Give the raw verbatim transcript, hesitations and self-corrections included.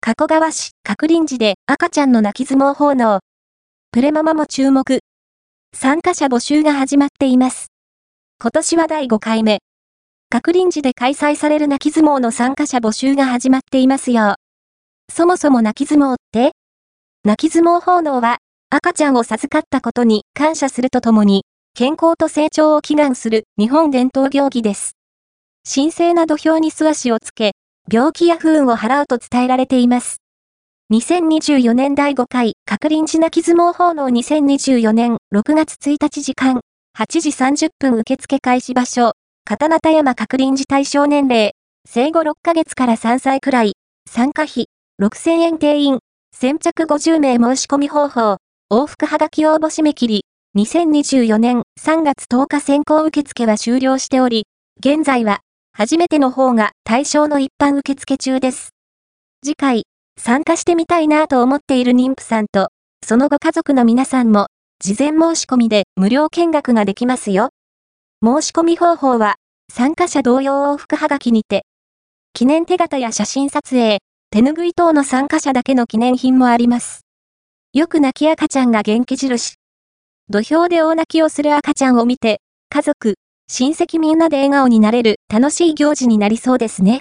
加古川市角林寺で赤ちゃんの泣き相撲奉納。プレママも注目。参加者募集が始まっています。今年はだいごかいめ。角林寺で開催される泣き相撲の参加者募集が始まっていますよ。そもそも泣き相撲って泣き相撲奉納は赤ちゃんを授かったことに感謝するとともに健康と成長を祈願する日本伝統行儀です。神聖な土俵に素足をつけ、病気や不運を払うと伝えられています。にせんにじゅうよねんだいごかい角林寺泣き相撲奉納にせんにじゅうよねんろくがつついたち時間はちじさんじゅっぷん受付開始場所、片名田山角林寺対象年齢、生後ろっかげつからさんさいくらい、参加費、ろくせんえん定員、先着ごじゅうめい申し込み方法、往復はがき応募締め切り、にせんにじゅうよねんさんがつとおか先行受付は終了しており、現在は、初めての方が対象の一般受付中です。次回、参加してみたいなぁと思っている妊婦さんと、そのご家族の皆さんも、事前申し込みで無料見学ができますよ。申し込み方法は、参加者同様往復はがきにて、記念手形や写真撮影、手ぬぐい等の参加者だけの記念品もあります。よく泣き赤ちゃんが元気印。土俵で大泣きをする赤ちゃんを見て、家族、親戚みんなで笑顔になれる楽しい行事になりそうですね。